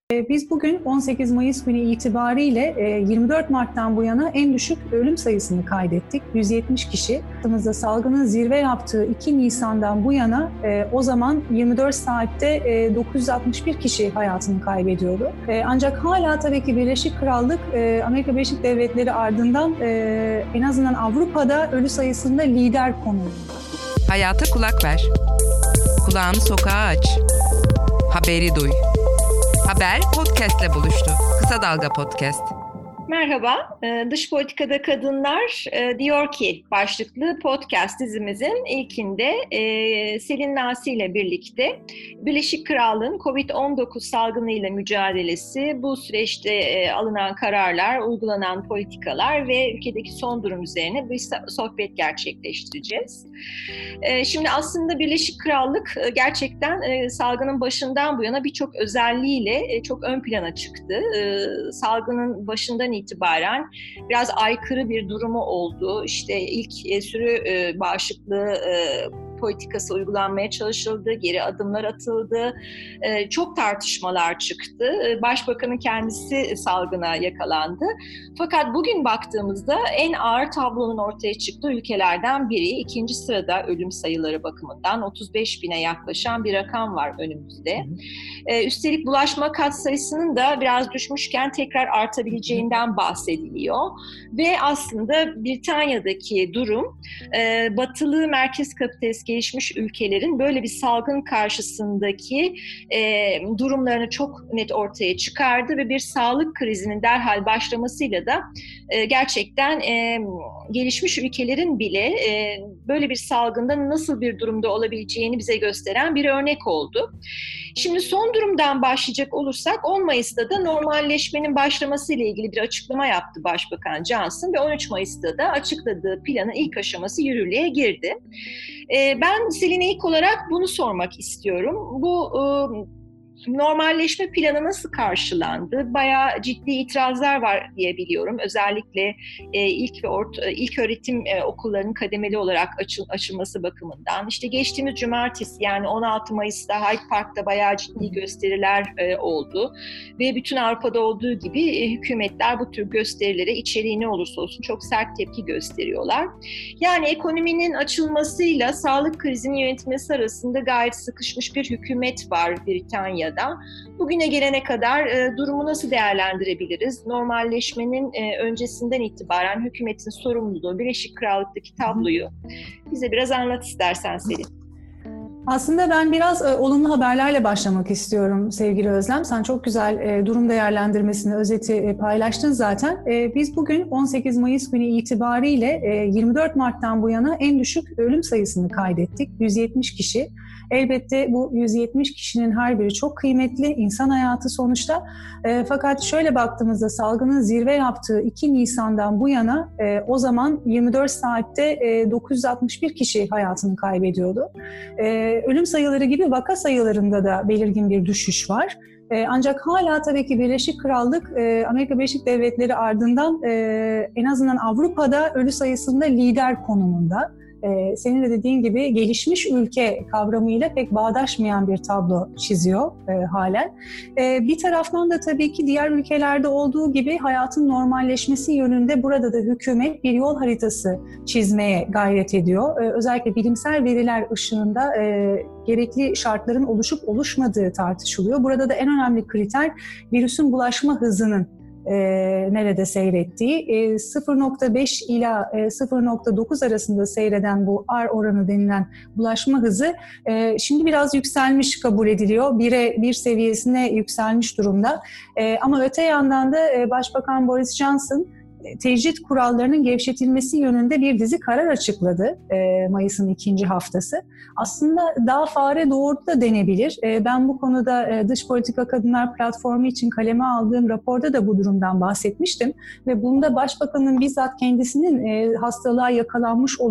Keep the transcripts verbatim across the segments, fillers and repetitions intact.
Biz bugün on sekiz Mayıs günü itibariyle yirmi dört Mart'tan bu yana en düşük ölüm sayısını kaydettik. yüz yetmiş kişi. Aklımızda salgının zirve yaptığı iki Nisan'dan bu yana o zaman yirmi dört saatte dokuz yüz altmış bir kişi hayatını kaybediyordu. Ancak hala tabii ki Birleşik Krallık, Amerika Birleşik Devletleri ardından en azından Avrupa'da ölü sayısında lider konumunda. Hayata kulak ver. Kulağını sokağa aç. Haberi duy. Haber podcast'le buluştu. Kısa Dalga Podcast. Merhaba, Dış Politikada Kadınlar Diyor Ki başlıklı podcast dizimizin ilkinde Selin Nasi ile birlikte Birleşik Krallığın kovid on dokuz salgınıyla mücadelesi, bu süreçte alınan kararlar, uygulanan politikalar ve ülkedeki son durum üzerine bir sohbet gerçekleştireceğiz. Şimdi aslında Birleşik Krallık gerçekten salgının başından bu yana birçok özelliğiyle çok ön plana çıktı. Salgının başından itibaren biraz aykırı bir durumu oldu. İşte ilk e, sürü e, bağışıklığı e, politikası uygulanmaya çalışıldı, geri adımlar atıldı, e, çok tartışmalar çıktı. E, Başbakanın kendisi salgına yakalandı. Fakat bugün baktığımızda en ağır tablonun ortaya çıktığı ülkelerden biri. İkinci sırada ölüm sayıları bakımından otuz beş bine yaklaşan bir rakam var önümüzde. E, üstelik bulaşma katsayısının da biraz düşmüşken tekrar artabileceğinden bahsediliyor. Ve aslında Britanya'daki durum e, batılı merkez kapitalist gelişmiş ülkelerin böyle bir salgın karşısındaki e, durumlarını çok net ortaya çıkardı ve bir sağlık krizinin derhal başlamasıyla da e, gerçekten e, gelişmiş ülkelerin bile e, böyle bir salgında nasıl bir durumda olabileceğini bize gösteren bir örnek oldu. Şimdi son durumdan başlayacak olursak on Mayıs'ta da normalleşmenin başlaması ile ilgili bir açıklama yaptı Başbakan Johnson ve on üç Mayıs'ta da açıkladığı planın ilk aşaması yürürlüğe girdi. Ben Selin'e ilk olarak bunu sormak istiyorum. Bu normalleşme planı nasıl karşılandı? Bayağı ciddi itirazlar var diye biliyorum. Özellikle e, ilk ve orta, ilk öğretim e, okullarının kademeli olarak açıl, açılması bakımından. İşte geçtiğimiz cumartesi yani on altı Mayıs'ta Hyde Park'ta bayağı ciddi gösteriler e, oldu. Ve bütün Avrupa'da olduğu gibi e, hükümetler bu tür gösterilere içeriği ne olursa olsun çok sert tepki gösteriyorlar. Yani ekonominin açılmasıyla sağlık krizinin yönetilmesi arasında gayet sıkışmış bir hükümet var Britanya'da. Bugüne gelene kadar e, durumu nasıl değerlendirebiliriz? Normalleşmenin e, öncesinden itibaren hükümetin sorumluluğu, Birleşik Krallık'taki tabloyu bize biraz anlat istersen Selin. Aslında ben biraz e, olumlu haberlerle başlamak istiyorum sevgili Özlem. Sen çok güzel e, durum değerlendirmesini, özeti e, paylaştın zaten. E, biz bugün on sekiz Mayıs günü itibariyle e, yirmi dört Mart'tan bu yana en düşük ölüm sayısını kaydettik. yüz yetmiş kişi. Elbette bu yüz yetmiş kişinin her biri çok kıymetli, insan hayatı sonuçta. E, fakat şöyle baktığımızda salgının zirve yaptığı iki Nisan'dan bu yana e, o zaman yirmi dört saatte e, dokuz yüz altmış bir kişi hayatını kaybediyordu. E, ölüm sayıları gibi vaka sayılarında da belirgin bir düşüş var. E, ancak hala tabii ki Birleşik Krallık, e, Amerika Birleşik Devletleri ardından e, en azından Avrupa'da ölü sayısında lider konumunda. Ee, senin de dediğin gibi gelişmiş ülke kavramıyla pek bağdaşmayan bir tablo çiziyor e, halen. E, bir taraftan da tabii ki diğer ülkelerde olduğu gibi hayatın normalleşmesi yönünde burada da hükümet bir yol haritası çizmeye gayret ediyor. E, özellikle bilimsel veriler ışığında e, gerekli şartların oluşup oluşmadığı tartışılıyor. Burada da en önemli kriter virüsün bulaşma hızının E, nerede seyrettiği. E, sıfır virgül beş ila e, sıfır virgül dokuz arasında seyreden bu R oranı denilen bulaşma hızı e, şimdi biraz yükselmiş kabul ediliyor. Bire bir seviyesine yükselmiş durumda. E, ama öte yandan da e, Başbakan Boris Johnson tecrit kurallarının gevşetilmesi yönünde bir dizi karar açıkladı e, Mayıs'ın ikinci haftası. Aslında daha fare doğurdu da denebilir. E, ben bu konuda e, Dış Politika Kadınlar Platformu için kaleme aldığım raporda da bu durumdan bahsetmiştim. Ve bunda Başbakanın bizzat kendisinin e, hastalığa yakalanmış olup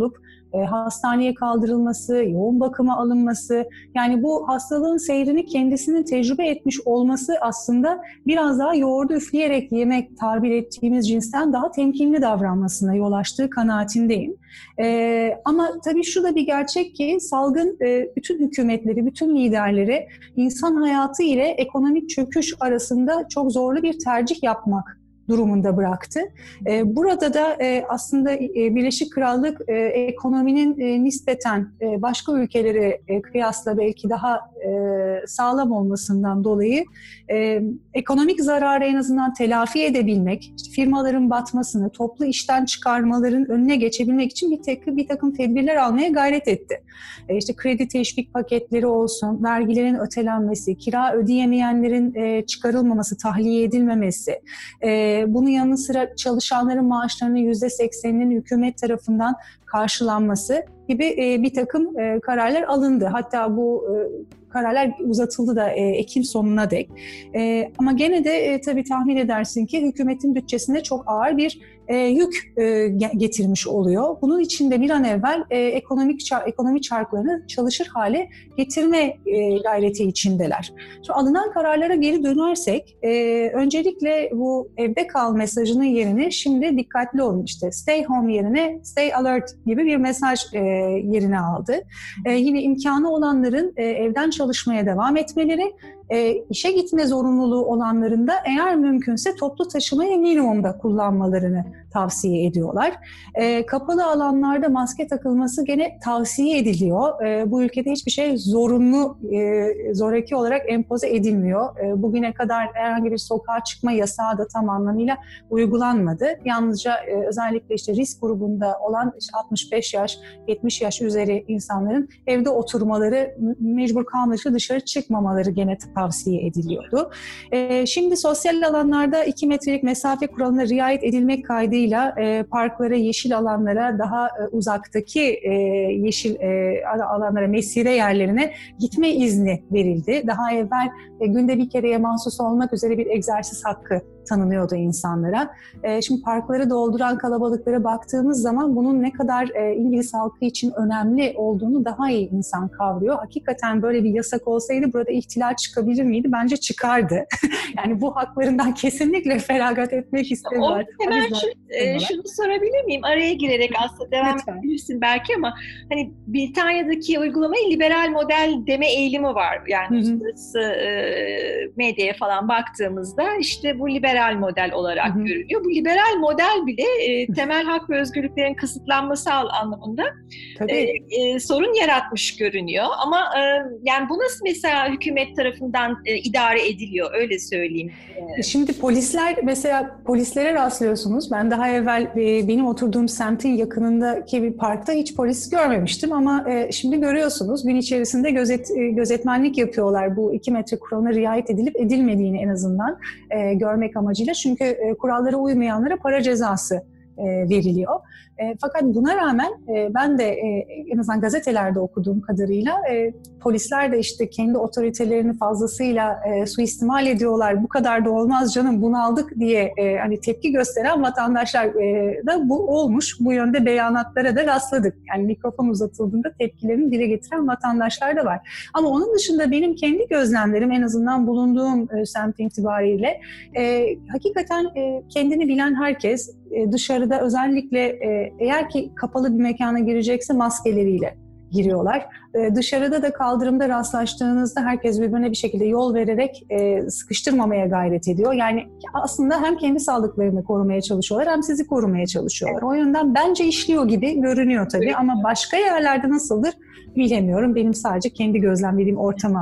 e, hastaneye kaldırılması, yoğun bakıma alınması, yani bu hastalığın seyrini kendisinin tecrübe etmiş olması aslında biraz daha yoğurdu üfleyerek yemek tabir ettiğimiz cinsten daha temkinli davranmasına yol açtığı kanaatindeyim. Ee, ama tabii şu da bir gerçek ki salgın e, bütün hükümetleri, bütün liderleri insan hayatı ile ekonomik çöküş arasında çok zorlu bir tercih yapmak durumunda bıraktı. Ee, burada da e, aslında e, Birleşik Krallık e, ekonominin e, nispeten e, başka ülkelere e, kıyasla belki daha e, sağlam olmasından dolayı e, ekonomik zararı en azından telafi edebilmek, işte firmaların batmasını, toplu işten çıkarmaların önüne geçebilmek için bir takım bir takım tedbirler almaya gayret etti. E, işte kredi teşvik paketleri olsun, vergilerin ötelenmesi, kira ödeyemeyenlerin e, çıkarılmaması, tahliye edilmemesi, e, bunun yanı sıra çalışanların maaşlarının yüzde sekseninin hükümet tarafından karşılanması gibi e, bir takım e, kararlar alındı. Hatta bu e, kararlar uzatıldı da e, Ekim sonuna dek. E, ama gene de e, tabii tahmin edersin ki hükümetin bütçesinde çok ağır bir e, yük e, getirmiş oluyor. Bunun için de bir an evvel e, ekonomik çar- ekonomi çarklarını çalışır hale getirme e, gayreti içindeler. Şimdi alınan kararlara geri dönersek, e, öncelikle bu evde kal mesajının yerine şimdi dikkatli olun, işte stay home yerine stay alert gibi bir mesaj e, yerine aldı. E, yine imkanı olanların e, evden çalışmaya devam etmeleri, e, işe gitme zorunluluğu olanların da eğer mümkünse toplu taşımayı minimumda kullanmalarını tavsiye ediyorlar. E, kapalı alanlarda maske takılması gene tavsiye ediliyor. E, bu ülkede hiçbir şey zorunlu, e, zoraki olarak empoze edilmiyor. E, bugüne kadar herhangi bir sokağa çıkma yasağı da tam anlamıyla uygulanmadı. Yalnızca e, özellikle işte risk grubunda olan işte altmış beş yaş, yetmiş yaş üzeri insanların evde oturmaları, mecbur kalmadıkça dışarı çıkmamaları gene tavsiye ediliyordu. E, şimdi sosyal alanlarda iki metrelik mesafe kuralına riayet edilmek kaydıyla e, parklara, yeşil alanlara, daha e, uzaktaki e, yeşil e, alanlara, mesire yerlerine gitme izni verildi. Daha evvel e, günde bir kereye mahsus olmak üzere bir egzersiz hakkı tanınıyordu insanlara. E, şimdi parkları dolduran kalabalıklara baktığımız zaman bunun ne kadar e, İngiliz halkı için önemli olduğunu daha iyi insan kavruyor. Hakikaten böyle bir yasak olsaydı burada ihtilal çıkabilir miydi? Bence çıkardı. Yani bu haklarından kesinlikle feragat etmek istemiyorlar. Hemen şu, e, şunu sorabilir miyim? Araya girerek aslında devam Lütfen. edebilirsin belki ama hani Britanya'daki uygulamaya liberal model deme eğilimi var. Yani uluslararası e, medyaya falan baktığımızda işte bu liberal model olarak hı hı. görünüyor. Bu liberal model bile e, temel hak ve özgürlüklerin kısıtlanması anlamında e, e, sorun yaratmış görünüyor. Ama e, yani bu nasıl mesela hükümet tarafından e, idare ediliyor? Öyle söyleyeyim. E, Şimdi polisler, mesela polislere rastlıyorsunuz. Ben daha evvel e, benim oturduğum semtin yakınındaki bir parkta hiç polis görmemiştim ama e, şimdi görüyorsunuz. Gün içerisinde gözet, e, gözetmenlik yapıyorlar. Bu iki metre kuralına riayet edilip edilmediğini en azından e, görmek amacıyla. Çünkü e, kurallara uymayanlara para cezası e, veriliyor. E, fakat buna rağmen e, ben de e, en azından gazetelerde okuduğum kadarıyla e, polisler de işte kendi otoritelerini fazlasıyla e, suistimal ediyorlar. Bu kadar da olmaz canım, bunaldık diye e, hani tepki gösteren vatandaşlar e, da bu olmuş. Bu yönde beyanatlara da rastladık. Yani mikrofon uzatıldığında tepkilerini dile getiren vatandaşlar da var. Ama onun dışında benim kendi gözlemlerim, en azından bulunduğum e, semt itibariyle e, hakikaten e, kendini bilen herkes e, dışarıda özellikle e, eğer ki kapalı bir mekana girecekse maskeleriyle giriyorlar. Ee, dışarıda da kaldırımda rastlaştığınızda herkes birbirine bir şekilde yol vererek e, sıkıştırmamaya gayret ediyor. Yani aslında hem kendi sağlıklarını korumaya çalışıyorlar hem sizi korumaya çalışıyorlar. O yönden bence işliyor gibi görünüyor tabii ama başka yerlerde nasıldır bilemiyorum. Benim sadece kendi gözlemlediğim ortama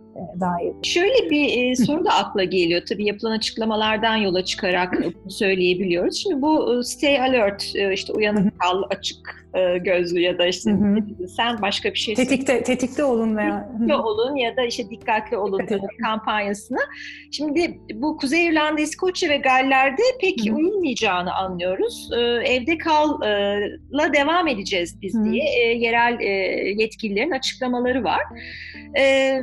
dair. Şöyle bir e, soru da akla geliyor. Tabii yapılan açıklamalardan yola çıkarak söyleyebiliyoruz. Şimdi bu stay alert, işte uyanık kal, açık gözlü ya da işte sen başka bir şey tetikte tetikte olun veya tetikte olun ya da işte dikkatli olun kampanyasına. Şimdi bu Kuzey İrlanda, İskoçya ve Galler'de pek Hı-hı. uyulmayacağını anlıyoruz. Evde kalla devam edeceğiz biz Hı-hı. diye yerel yetkililerin açıklamaları var.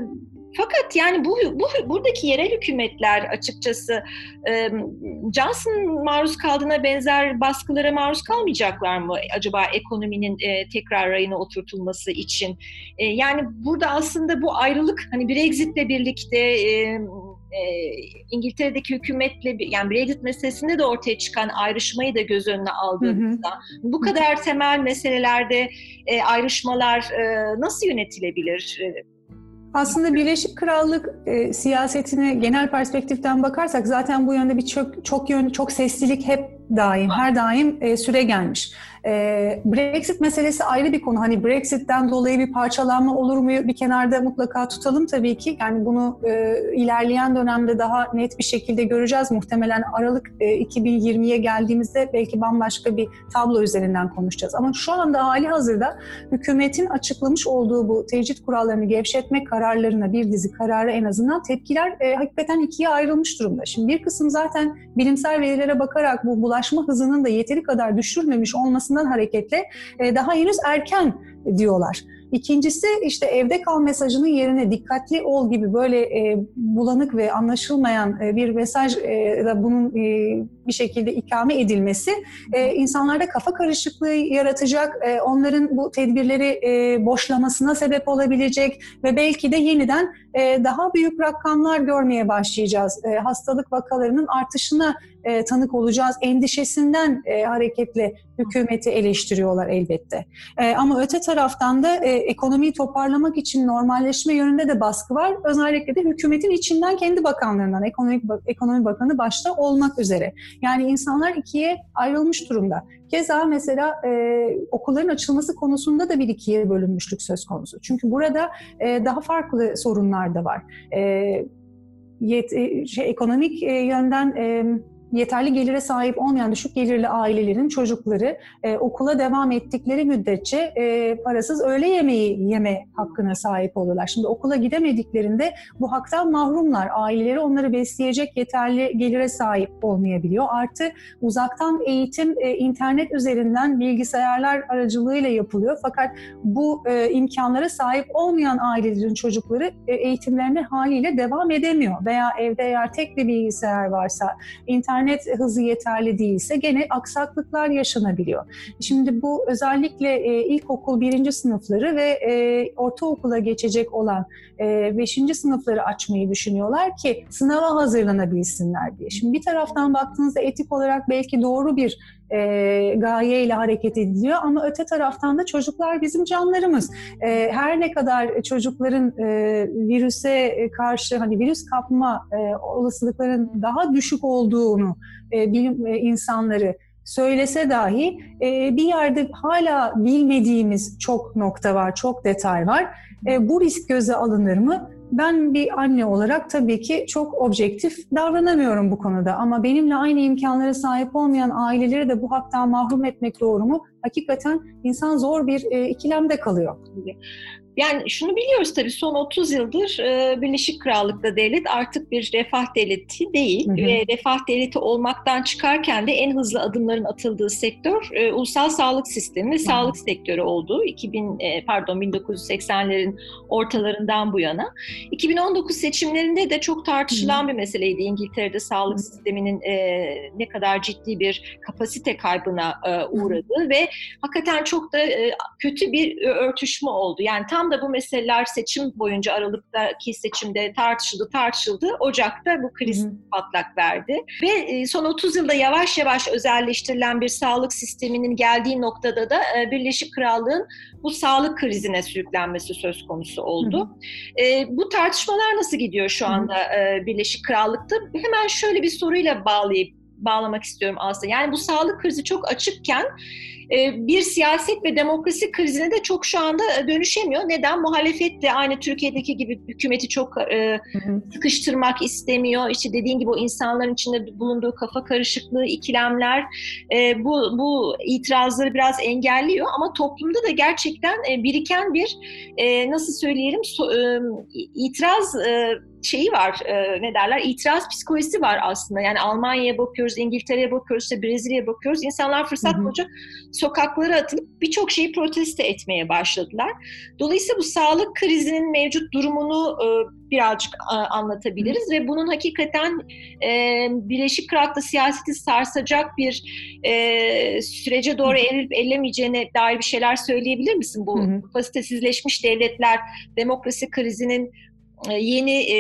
Fakat yani bu, bu buradaki yerel hükümetler açıkçası e, Johnson maruz kaldığına benzer baskılara maruz kalmayacaklar mı acaba ekonominin e, tekrar rayına oturtulması için? E, yani burada aslında bu ayrılık hani Brexit'le birlikte e, E, İngiltere'deki hükümetle, yani Brexit meselesinde de ortaya çıkan ayrışmayı da göz önüne aldığımızda hı hı. bu kadar temel meselelerde e, ayrışmalar e, nasıl yönetilebilir? E, Aslında Birleşik Krallık e, siyasetine genel perspektiften bakarsak zaten bu yönde bir çok çok yönlü, çok seslilik hep daim, her daim e, süre gelmiş. E, Brexit meselesi ayrı bir konu. Hani Brexit'ten dolayı bir parçalanma olur mu bir kenarda mutlaka tutalım tabii ki. Yani bunu e, ilerleyen dönemde daha net bir şekilde göreceğiz. Muhtemelen Aralık e, iki bin yirmiye geldiğimizde belki bambaşka bir tablo üzerinden konuşacağız. Ama şu anda hali hazırda hükümetin açıklamış olduğu bu tecrit kurallarını gevşetme kararlarına, bir dizi karara en azından tepkiler e, hakikaten ikiye ayrılmış durumda. Şimdi bir kısım zaten bilimsel verilere bakarak bu bulaşma hızının da yeteri kadar düşürmemiş olmasından hareketle e, daha henüz erken diyorlar. İkincisi işte evde kal mesajının yerine dikkatli ol gibi böyle e, bulanık ve anlaşılmayan e, bir mesaj e, da bunun e, bir şekilde ikame edilmesi e, insanlarda kafa karışıklığı yaratacak, e, onların bu tedbirleri e, boşlamasına sebep olabilecek ve belki de yeniden e, daha büyük rakamlar görmeye başlayacağız. E, hastalık vakalarının artışına e, tanık olacağız endişesinden e, hareketle hükümeti eleştiriyorlar elbette. E, ama öte taraftan da e, ekonomiyi toparlamak için normalleşme yönünde de baskı var. Özellikle de hükümetin içinden kendi bakanlarından, ekonomi, ekonomi bakanı başta olmak üzere. Yani insanlar ikiye ayrılmış durumda. Keza mesela e, okulların açılması konusunda da bir ikiye bölünmüşlük söz konusu. Çünkü burada e, daha farklı sorunlar da var. E, yet, e, şey, ekonomik e, yönden e, yeterli gelire sahip olmayan düşük gelirli ailelerin çocukları e, okula devam ettikleri müddetçe e, parasız öğle yemeği yeme hakkına sahip oluyorlar. Şimdi okula gidemediklerinde bu haktan mahrumlar. Aileleri onları besleyecek yeterli gelire sahip olmayabiliyor. Artı uzaktan eğitim e, internet üzerinden bilgisayarlar aracılığıyla yapılıyor. Fakat bu e, imkanlara sahip olmayan ailelerin çocukları e, eğitimlerine haliyle devam edemiyor. Veya evde eğer tek bir bilgisayar varsa, internet İnternet hızı yeterli değilse gene aksaklıklar yaşanabiliyor. Şimdi bu özellikle e, ilkokul birinci sınıfları ve e, ortaokula geçecek olan e, beşinci sınıfları açmayı düşünüyorlar ki sınava hazırlanabilsinler diye. Şimdi bir taraftan baktığınızda etik olarak belki doğru bir E, gayeyle hareket ediliyor ama öte taraftan da çocuklar bizim canlarımız. E, her ne kadar çocukların e, virüse karşı hani virüs kapma e, olasılıkların daha düşük olduğunu e, bilim e, insanları söylese dahi e, bir yerde hala bilmediğimiz çok nokta var, çok detay var. E, bu risk göze alınır mı? Ben bir anne olarak tabii ki çok objektif davranamıyorum bu konuda ama benimle aynı imkanlara sahip olmayan aileleri de bu haktan mahrum etmek doğru mu? Hakikaten insan zor bir e, ikilemde kalıyor. Yani şunu biliyoruz tabii son otuz yıldır e, Birleşik Krallık'ta devlet artık bir refah devleti değil hı hı. ve refah devleti olmaktan çıkarken de en hızlı adımların atıldığı sektör e, ulusal sağlık sistemi ve hı. sağlık sektörü oldu. iki bin e, pardon bin dokuz yüz seksenlerin ortalarından bu yana. iki bin on dokuz seçimlerinde de çok tartışılan hı. bir meseleydi. İngiltere'de sağlık hı. sisteminin e, ne kadar ciddi bir kapasite kaybına e, uğradı hı. ve hakikaten çok da e, kötü bir örtüşme oldu. Yani tam da bu meseleler seçim boyunca Aralık'taki seçimde tartışıldı tartışıldı. Ocak'ta bu kriz hı hı. patlak verdi. Ve son otuz yılda yavaş yavaş özelleştirilen bir sağlık sisteminin geldiği noktada da Birleşik Krallık'ın bu sağlık krizine sürüklenmesi söz konusu oldu. Hı hı. E, bu tartışmalar nasıl gidiyor şu anda e, Birleşik Krallık'ta? Hemen şöyle bir soruyla bağlayıp bağlamak istiyorum aslında. Yani bu sağlık krizi çok açıkken bir siyaset ve demokrasi krizine de çok şu anda dönüşemiyor. Neden? Muhalefet de aynı Türkiye'deki gibi hükümeti çok e, sıkıştırmak istemiyor. İşte dediğin gibi o insanların içinde bulunduğu kafa karışıklığı, ikilemler e, bu, bu itirazları biraz engelliyor. Ama toplumda da gerçekten e, biriken bir e, nasıl söyleyelim so, e, itiraz e, şeyi var, e, ne derler, itiraz psikolojisi var aslında. Yani Almanya'ya bakıyoruz, İngiltere'ye bakıyoruz, işte Brezilya'ya bakıyoruz. İnsanlar fırsat bulunca sokaklara atılıp birçok şeyi protesto etmeye başladılar. Dolayısıyla bu sağlık krizinin mevcut durumunu e, birazcık e, anlatabiliriz hı. ve bunun hakikaten e, Birleşik Krallık'ta siyaseti sarsacak bir e, sürece doğru eğrilip ellemeyeceğine dair bir şeyler söyleyebilir misin? Bu hı. kapasitesizleşmiş devletler, demokrasi krizinin yeni e,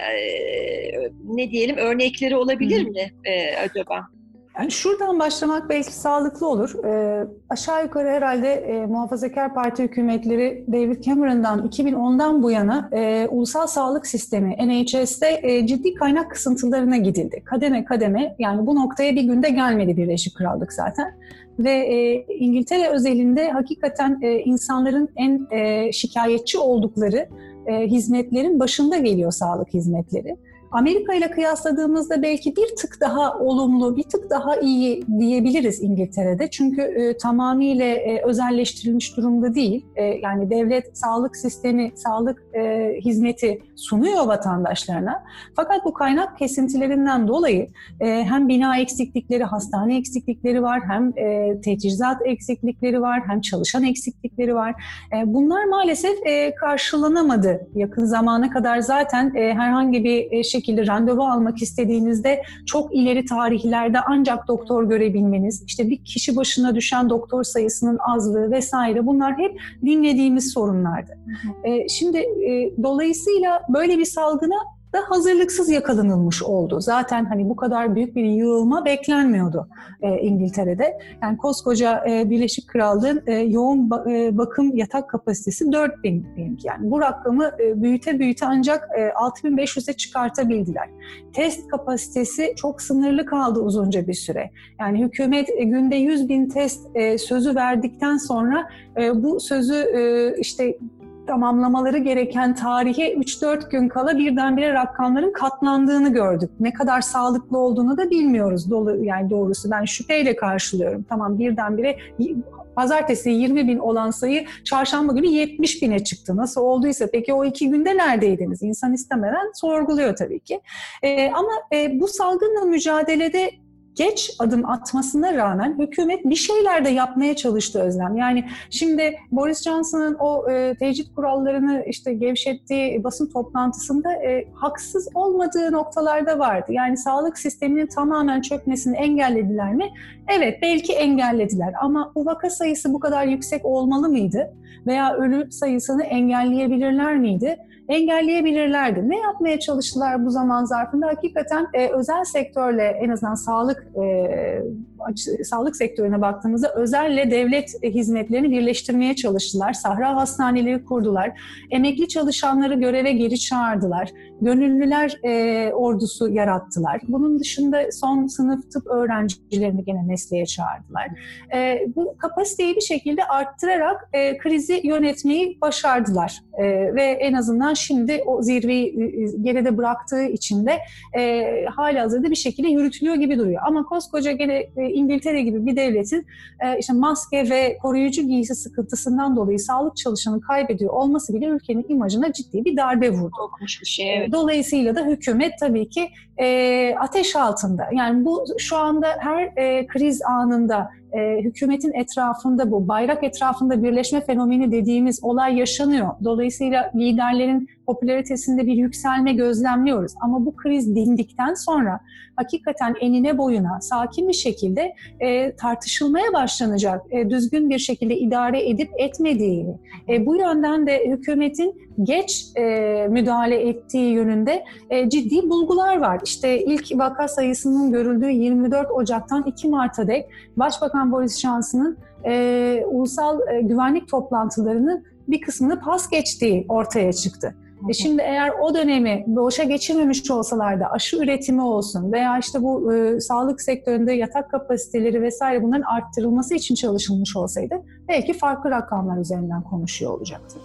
e, ne diyelim örnekleri olabilir Hı. mi e, acaba? Yani şuradan başlamak belki sağlıklı olur. E, aşağı yukarı herhalde e, Muhafazakar Parti hükümetleri David Cameron'dan iki bin ondan bu yana e, ulusal sağlık sistemi N H S'te e, ciddi kaynak kısıntılarına gidildi. Kademe kademe, yani bu noktaya bir günde gelmedi Birleşik Krallık zaten. Ve e, İngiltere özelinde hakikaten e, insanların en e, şikayetçi oldukları e, hizmetlerin başında geliyor sağlık hizmetleri. Amerika ile kıyasladığımızda belki bir tık daha olumlu, bir tık daha iyi diyebiliriz İngiltere'de. Çünkü e, tamamıyla e, özelleştirilmiş durumda değil. E, yani devlet sağlık sistemi, sağlık e, hizmeti sunuyor vatandaşlarına. Fakat bu kaynak kesintilerinden dolayı e, hem bina eksiklikleri, hastane eksiklikleri var, hem e, teçhizat eksiklikleri var, hem çalışan eksiklikleri var. E, bunlar maalesef e, karşılanamadı yakın zamana kadar. Zaten e, herhangi bir e, şey şekilde randevu almak istediğinizde çok ileri tarihlerde ancak doktor görebilmeniz, işte bir kişi başına düşen doktor sayısının azlığı vesaire, bunlar hep dinlediğimiz sorunlardı. Hı hı. E, şimdi e, dolayısıyla böyle bir salgına da hazırlıksız yakalanılmış oldu. Zaten hani bu kadar büyük bir yığılma beklenmiyordu e, İngiltere'de. Yani koskoca e, Birleşik Krallığın e, yoğun ba- e, bakım yatak kapasitesi dört bin. Yani bu rakamı e, büyüte büyüte ancak e, altı bin beş yüze çıkartabildiler. Test kapasitesi çok sınırlı kaldı uzunca bir süre. Yani hükümet e, günde yüz bin test e, sözü verdikten sonra e, bu sözü e, işte tamamlamaları gereken tarihe üç dört gün kala birdenbire rakamların katlandığını gördük. Ne kadar sağlıklı olduğunu da bilmiyoruz. Dolu, yani doğrusu ben şüpheyle karşılıyorum. Tamam, birdenbire pazartesi yirmi bin olan sayı çarşamba günü yetmiş bine çıktı. Nasıl olduysa, peki o iki günde neredeydiniz? İnsan istemeden sorguluyor tabii ki. Ee, ama e, bu salgınla mücadelede geç adım atmasına rağmen hükümet bir şeyler de yapmaya çalıştı Özlem. Yani şimdi Boris Johnson'ın o e, tecrit kurallarını işte gevşettiği basın toplantısında e, haksız olmadığı noktalarda vardı. Yani sağlık sisteminin tamamen çökmesini engellediler mi? Evet, belki engellediler ama bu vaka sayısı bu kadar yüksek olmalı mıydı? Veya ölü sayısını engelleyebilirler miydi? Engelleyebilirlerdi. Ne yapmaya çalıştılar bu zaman zarfında? Hakikaten e, özel sektörle, en azından sağlık e, açı, sağlık sektörüne baktığımızda özelle devlet hizmetlerini birleştirmeye çalıştılar. Sahra hastaneleri kurdular. Emekli çalışanları göreve geri çağırdılar. Gönüllüler e, ordusu yarattılar. Bunun dışında son sınıf tıp öğrencilerini gene mesleğe çağırdılar. E, bu kapasiteyi bir şekilde arttırarak e, krizi yönetmeyi başardılar. E, ve en azından şimdi o zirveyi geride bıraktığı için de e, halihazırda bir şekilde yürütülüyor gibi duruyor. Ama koskoca gene e, İngiltere gibi bir devletin e, işte maske ve koruyucu giysi sıkıntısından dolayı sağlık çalışanı kaybediyor olması bile ülkenin imajına ciddi bir darbe vurdu. Korkunç bir şey, evet. Dolayısıyla da hükümet tabii ki e, ateş altında. Yani bu şu anda her e, kriz anında e, hükümetin etrafında, bu bayrak etrafında birleşme fenomeni dediğimiz olay yaşanıyor. Dolayısıyla liderlerin popülaritesinde bir yükselme gözlemliyoruz. Ama bu kriz dindikten sonra hakikaten enine boyuna sakin bir şekilde e, tartışılmaya başlanacak. E, düzgün bir şekilde idare edip etmediğini, e, bu yönden de hükümetin geç e, müdahale ettiği yönünde e, ciddi bulgular var. İşte ilk vaka sayısının görüldüğü yirmi dört Ocak'tan iki Mart'a dek Başbakan Boris Johnson'ın e, ulusal e, güvenlik toplantılarının bir kısmını pas geçtiği ortaya çıktı. E şimdi eğer o dönemi boşa geçirmemiş olsalardı, aşı üretimi olsun veya işte bu e, sağlık sektöründe yatak kapasiteleri vesaire, bunların arttırılması için çalışılmış olsaydı belki farklı rakamlar üzerinden konuşuyor olacaktı.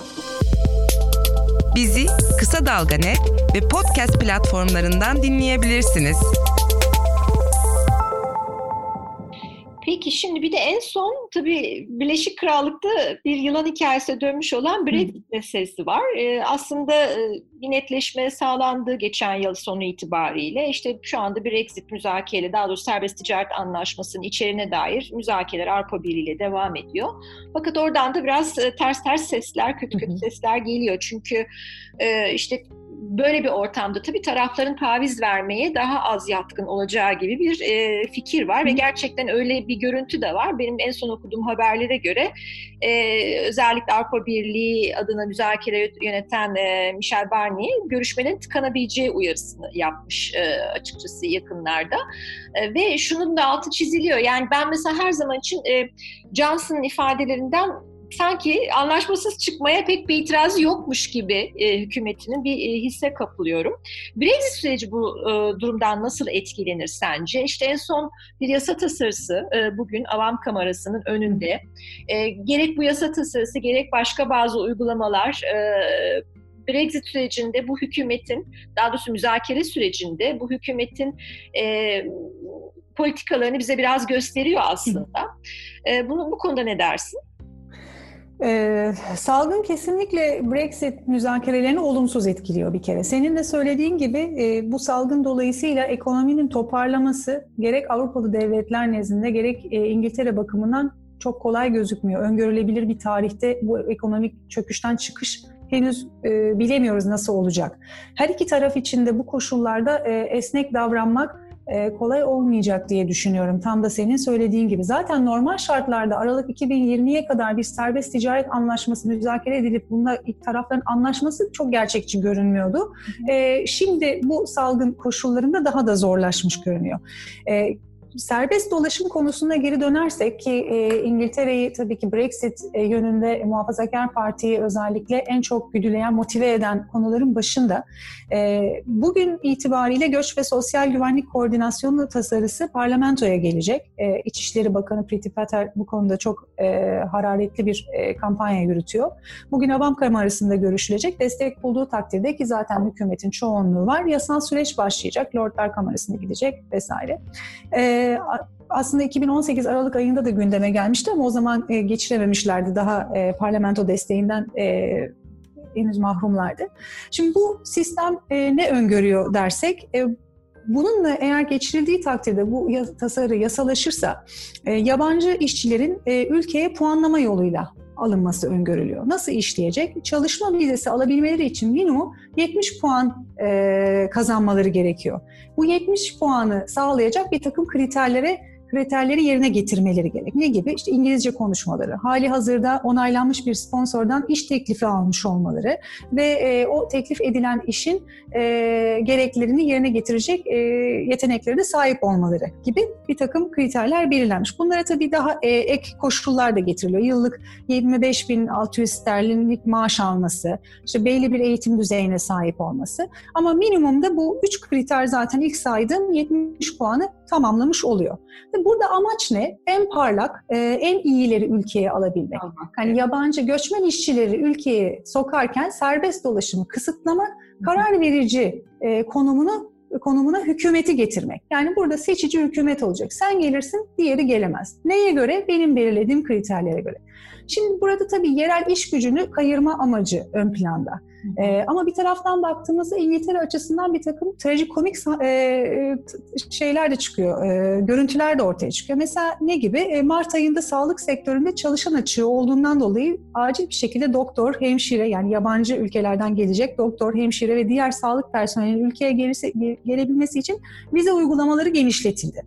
Bizi Kısa Dalga Net ve podcast platformlarından dinleyebilirsiniz. Peki şimdi bir de en son tabii Birleşik Krallık'ta bir yılan hikayesine dönmüş olan Brexit meselesi var. Ee, aslında bir netleşme sağlandı geçen yıl sonu itibariyle. İşte şu anda Brexit müzakereleri, daha doğrusu serbest ticaret anlaşmasının içeriğine dair müzakereler Avrupa Birliği ile devam ediyor. Fakat oradan da biraz ters ters sesler, kötü kötü sesler geliyor. Çünkü işte böyle bir ortamda tabii tarafların taviz vermeye daha az yatkın olacağı gibi bir e, fikir var ve gerçekten öyle bir görüntü de var. Benim en son okuduğum haberlere göre e, özellikle Avrupa Birliği adına müzakere yöneten e, Michel Barnier görüşmelerin tıkanabileceği uyarısını yapmış e, açıkçası yakınlarda. E, ve şunun da altı çiziliyor. Yani ben mesela her zaman için e, Johnson'ın ifadelerinden sanki anlaşmasız çıkmaya pek bir itirazı yokmuş gibi e, hükümetinin bir e, hisse kapılıyorum. Brexit süreci bu e, durumdan nasıl etkilenir sence? İşte en son bir yasa tasarısı e, bugün Avam Kamerası'nın önünde. E, gerek bu yasa tasarısı gerek başka bazı uygulamalar e, Brexit sürecinde bu hükümetin, daha doğrusu müzakere sürecinde bu hükümetin e, politikalarını bize biraz gösteriyor aslında. E, bunu, bu konuda ne dersin? Ee, salgın kesinlikle Brexit müzakerelerini olumsuz etkiliyor bir kere. Senin de söylediğin gibi e, bu salgın dolayısıyla ekonominin toparlaması gerek Avrupalı devletler nezdinde gerek e, İngiltere bakımından çok kolay gözükmüyor. Öngörülebilir bir tarihte bu ekonomik çöküşten çıkış henüz e, bilemiyoruz nasıl olacak. Her iki taraf için de bu koşullarda e, esnek davranmak kolay olmayacak diye düşünüyorum. Tam da senin söylediğin gibi. Zaten normal şartlarda Aralık iki bin yirmiye kadar bir serbest ticaret anlaşması müzakere edilip bunda ilk tarafların anlaşması çok gerçekçi görünmüyordu. Ee, şimdi bu salgın koşullarında daha da zorlaşmış görünüyor. Ee, Serbest dolaşım konusuna geri dönersek ki e, İngiltere'yi tabii ki Brexit e, yönünde Muhafazakar Parti'yi özellikle en çok güdüleyen, motive eden konuların başında. E, bugün itibariyle Göç ve Sosyal Güvenlik Koordinasyonu tasarısı parlamentoya gelecek. E, İçişleri Bakanı Priti Patel bu konuda çok e, hararetli bir e, kampanya yürütüyor. Bugün Avam Kamerası'nda görüşülecek. Destek bulduğu takdirde ki zaten hükümetin çoğunluğu var. Yasal süreç başlayacak. Lordlar Kamerası'na gidecek vesaire. E, Aslında iki bin on sekiz Aralık ayında da gündeme gelmişti ama o zaman e, geçirememişlerdi. Daha e, parlamento desteğinden e, henüz mahrumlardı. Şimdi bu sistem e, ne öngörüyor dersek, e, bununla eğer geçirildiği takdirde bu yas- tasarı yasalaşırsa e, yabancı işçilerin e, ülkeye puanlama yoluyla alınması öngörülüyor. Nasıl işleyecek? Çalışma vizesi alabilmeleri için minimum yetmiş puan e, kazanmaları gerekiyor. Bu yetmiş puanı sağlayacak bir takım kriterlere kriterleri yerine getirmeleri gerek. Ne gibi? İşte İngilizce konuşmaları, hali hazırda onaylanmış bir sponsordan iş teklifi almış olmaları ve e, o teklif edilen işin e, gereklerini yerine getirecek e, yeteneklere de sahip olmaları gibi bir takım kriterler belirlenmiş. Bunlara tabii daha e, ek koşullar da getiriliyor. Yıllık yirmi beş bin altı yüz sterlinlik maaş alması, işte belli bir eğitim düzeyine sahip olması. Ama minimumda bu üç kriter zaten ilk saydığım yetmiş puanı tamamlamış oluyor. Burada amaç ne? En parlak, en iyileri ülkeye alabilmek. Yani yabancı göçmen işçileri ülkeye sokarken serbest dolaşımı kısıtlamak, karar verici konumunu konumuna hükümeti getirmek. Yani burada seçici hükümet olacak. Sen gelirsin, diğeri gelemez. Neye göre? Benim belirlediğim kriterlere göre. Şimdi burada tabii yerel iş gücünü kayırma amacı ön planda. Ee, ama bir taraftan baktığımızda İngiltere açısından bir takım trajikomik e, şeyler de çıkıyor, e, görüntüler de ortaya çıkıyor. Mesela ne gibi? E, Mart ayında sağlık sektöründe çalışan açığı olduğundan dolayı acil bir şekilde doktor, hemşire, yani yabancı ülkelerden gelecek doktor, hemşire ve diğer sağlık personelinin ülkeye gelirse, gelebilmesi için vize uygulamaları genişletildi.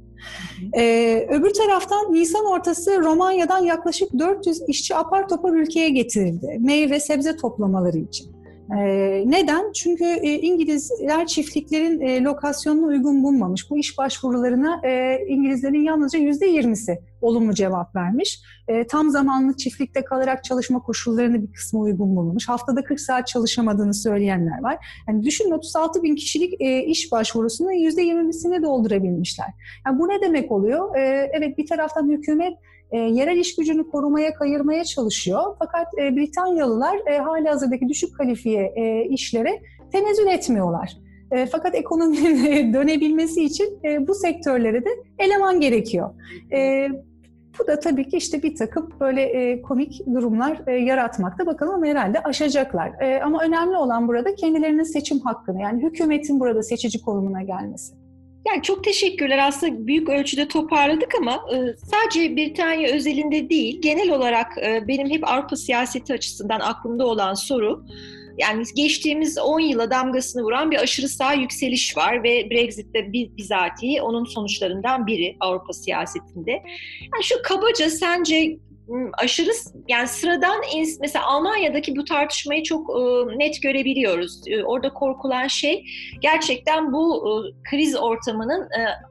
Ee, öbür taraftan Nisan ortası Romanya'dan yaklaşık dört yüz işçi apar topar ülkeye getirildi. Meyve sebze toplamaları için. Ee, neden? Çünkü e, İngilizler çiftliklerin e, lokasyonuna uygun bulmamış. Bu iş başvurularına e, İngilizlerin yalnızca yüzde yirmisi olumlu cevap vermiş. E, tam zamanlı çiftlikte kalarak çalışma koşullarını bir kısmı uygun bulmamış. Haftada kırk saat çalışamadığını söyleyenler var. Yani düşünün, otuz altı bin kişilik e, iş başvurusunun yüzde yirmisini doldurabilmişler. Yani bu ne demek oluyor? E, evet, bir taraftan hükümet E, yerel iş gücünü korumaya, kayırmaya çalışıyor. Fakat e, Britanyalılar e, halihazırdaki düşük kalifiye e, işlere tenezzül etmiyorlar. E, fakat ekonominin dönebilmesi için e, bu sektörlere de eleman gerekiyor. E, Bu da tabii ki işte bir takım böyle e, komik durumlar e, yaratmakta. Bakalım ama herhalde aşacaklar. E, ama önemli olan burada kendilerinin seçim hakkını, yani hükümetin burada seçici konumuna gelmesi. Yani çok teşekkürler. Aslında büyük ölçüde toparladık ama e, sadece Britanya özelinde değil, genel olarak e, benim hep Avrupa siyaseti açısından aklımda olan soru, yani geçtiğimiz on yıla damgasını vuran bir aşırı sağ yükseliş var ve Brexit'te bizatihi onun sonuçlarından biri Avrupa siyasetinde. Yani şu kabaca sence aşırı, yani sıradan, mesela Almanya'daki bu tartışmayı çok net görebiliyoruz. Orada korkulan şey gerçekten bu kriz ortamının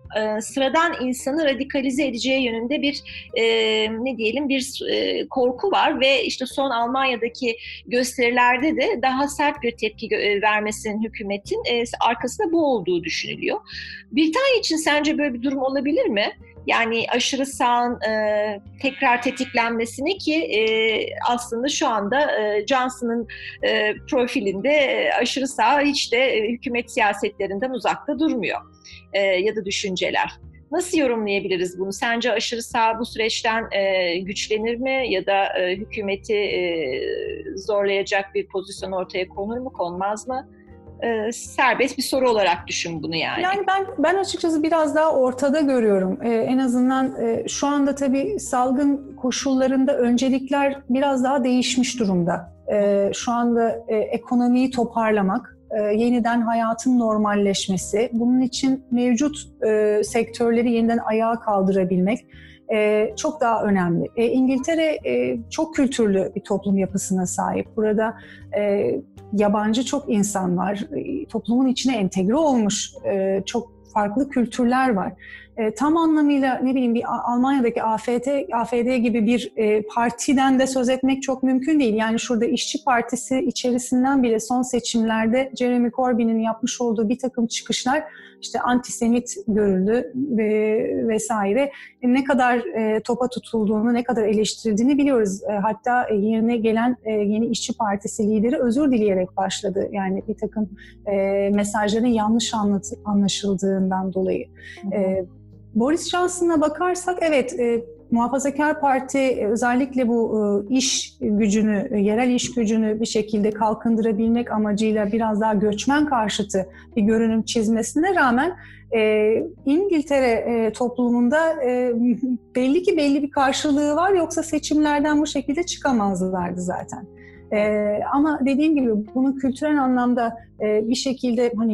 sıradan insanı radikalize edeceği yönünde bir e, ne diyelim bir e, korku var ve işte son Almanya'daki gösterilerde de daha sert bir tepki vermesinin hükümetin e, arkasında bu olduğu düşünülüyor. Britanya için sence böyle bir durum olabilir mi? Yani aşırı sağın e, tekrar tetiklenmesini ki e, aslında şu anda e, Johnson'ın e, profilinde e, aşırı sağ hiç de e, hükümet siyasetlerinden uzakta durmuyor e, ya da düşünceler. Nasıl yorumlayabiliriz bunu? Sence aşırı sağ bu süreçten e, güçlenir mi ya da e, hükümeti e, zorlayacak bir pozisyon ortaya konur mu, konmaz mı? E, serbest bir soru olarak düşün bunu yani. Yani ben ben açıkçası biraz daha ortada görüyorum. Ee, en azından e, şu anda tabii salgın koşullarında öncelikler biraz daha değişmiş durumda. Ee, şu anda e, ekonomiyi toparlamak, e, yeniden hayatın normalleşmesi, bunun için mevcut e, sektörleri yeniden ayağa kaldırabilmek e, çok daha önemli. E, İngiltere e, çok kültürlü bir toplum yapısına sahip. Burada e, yabancı çok insan var. E, toplumun içine entegre olmuş e, çok farklı kültürler var. E, tam anlamıyla ne bileyim bir Almanya'daki A F D, A F D gibi bir e, partiden de söz etmek çok mümkün değil. Yani şurada İşçi Partisi içerisinden bile son seçimlerde Jeremy Corbyn'in yapmış olduğu bir takım çıkışlar işte antisemit görüldü ve vesaire. E, ne kadar e, topa tutulduğunu, ne kadar eleştirildiğini biliyoruz. E, hatta e, yerine gelen e, yeni İşçi Partisi lideri özür dileyerek başladı. Yani bir takım e, mesajların yanlış anlat, anlaşıldığından dolayı. E, Boris Johnson'a bakarsak evet e, Muhafazakar Parti e, özellikle bu e, iş gücünü, e, yerel iş gücünü bir şekilde kalkındırabilmek amacıyla biraz daha göçmen karşıtı bir görünüm çizmesine rağmen e, İngiltere e, toplumunda e, belli ki belli bir karşılığı var, yoksa seçimlerden bu şekilde çıkamazlardı zaten. E, ama dediğim gibi bunu kültürel anlamda e, bir şekilde hani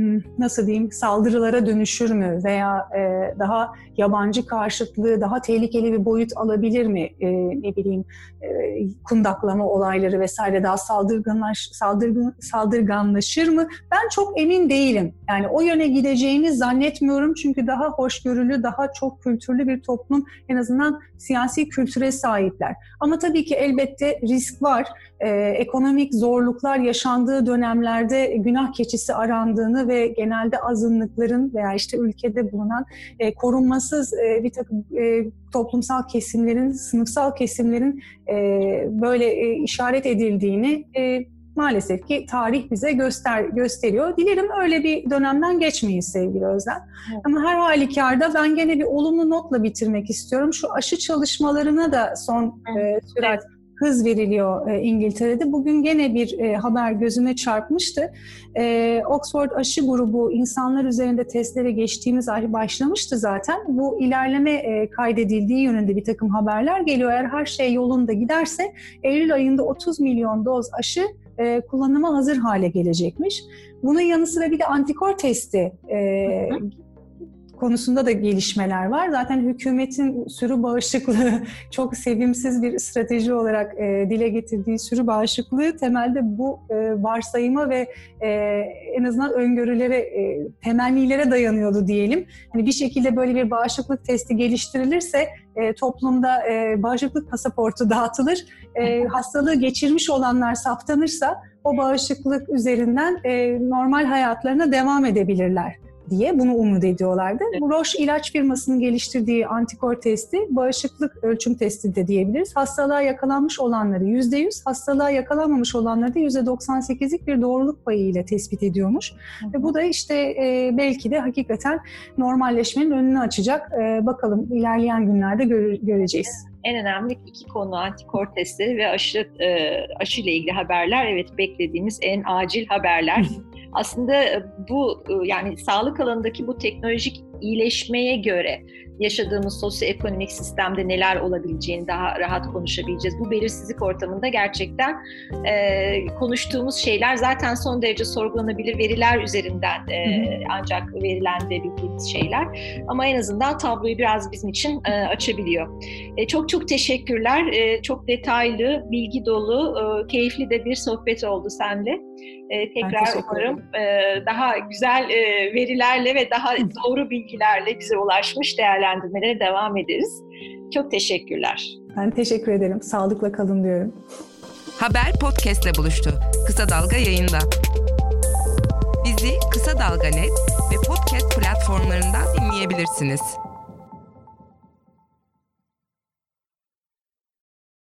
nasıl diyeyim saldırılara dönüşür mü veya e, daha yabancı karşıtlığı daha tehlikeli bir boyut alabilir mi, e, ne bileyim e, kundaklama olayları vesaire daha saldırganlaş, saldırgan, saldırganlaşır mı? Ben çok emin değilim. Yani o yöne gideceğini zannetmiyorum çünkü daha hoşgörülü, daha çok kültürlü bir toplum, en azından siyasi kültüre sahipler. Ama tabii ki elbette risk var. Ee, ekonomik zorluklar yaşandığı dönemlerde günah keçisi arandığını ve genelde azınlıkların veya işte ülkede bulunan e, korunmasız e, bir takım e, toplumsal kesimlerin, sınıfsal kesimlerin e, böyle e, işaret edildiğini e, maalesef ki tarih bize göster gösteriyor. Dilerim öyle bir dönemden geçmeyiz sevgili Özlem. Evet. Ama her halükarda ben gene bir olumlu notla bitirmek istiyorum. Şu aşı çalışmalarına da son evet. e, sürat evet. hız veriliyor e, İngiltere'de. Bugün gene bir e, haber gözüme çarpmıştı. E, Oxford aşı grubu insanlar üzerinde testlere geçtiğimiz ay başlamıştı zaten. Bu ilerleme e, kaydedildiği yönünde bir takım haberler geliyor. Eğer her şey yolunda giderse Eylül ayında otuz milyon doz aşı e, kullanıma hazır hale gelecekmiş. Bunun yanı sıra bir de antikor testi e, konusunda da gelişmeler var. Zaten hükümetin sürü bağışıklığı çok sevimsiz bir strateji olarak e, dile getirdiği sürü bağışıklığı temelde bu e, varsayıma ve e, en azından öngörülere, e, temennilere dayanıyordu diyelim. Hani bir şekilde böyle bir bağışıklık testi geliştirilirse e, toplumda e, bağışıklık pasaportu dağıtılır. E, hastalığı geçirmiş olanlar saptanırsa o bağışıklık üzerinden e, normal hayatlarına devam edebilirler diye bunu umut ediyorlardı. Evet. Bu Roche ilaç firmasının geliştirdiği antikor testi, bağışıklık ölçüm testi de diyebiliriz. Hastalığa yakalanmış olanları yüzde yüz, hastalığa yakalanmamış olanları da yüzde doksan sekizlik bir doğruluk payı ile tespit ediyormuş. Hı hı. Ve bu da işte e, belki de hakikaten normalleşmenin önünü açacak. E, bakalım ilerleyen günlerde göre, göreceğiz. En önemli iki konu antikor testleri ve aşı e, aşı ile ilgili haberler. Evet, beklediğimiz en acil haberler. Aslında bu yani sağlık alanındaki bu teknolojik iyileşmeye göre yaşadığımız sosyoekonomik sistemde neler olabileceğini daha rahat konuşabileceğiz. Bu belirsizlik ortamında gerçekten e, konuştuğumuz şeyler zaten son derece sorgulanabilir veriler üzerinden e, ancak verilendirebildiğimiz şeyler. Ama en azından tabloyu biraz bizim için e, açabiliyor. E, çok çok teşekkürler. E, çok detaylı, bilgi dolu, e, keyifli de bir sohbet oldu seninle. E, tekrar umarım e, daha güzel e, verilerle ve daha doğru bilgilerle bize ulaşmış değerlendirmelere devam ederiz. Çok teşekkürler. Ben teşekkür ederim. Sağlıkla kalın diyorum. Haber podcast'le buluştu. Kısa Dalga yayında. Bizi Kısa Dalga nokta net ve podcast platformlarından dinleyebilirsiniz.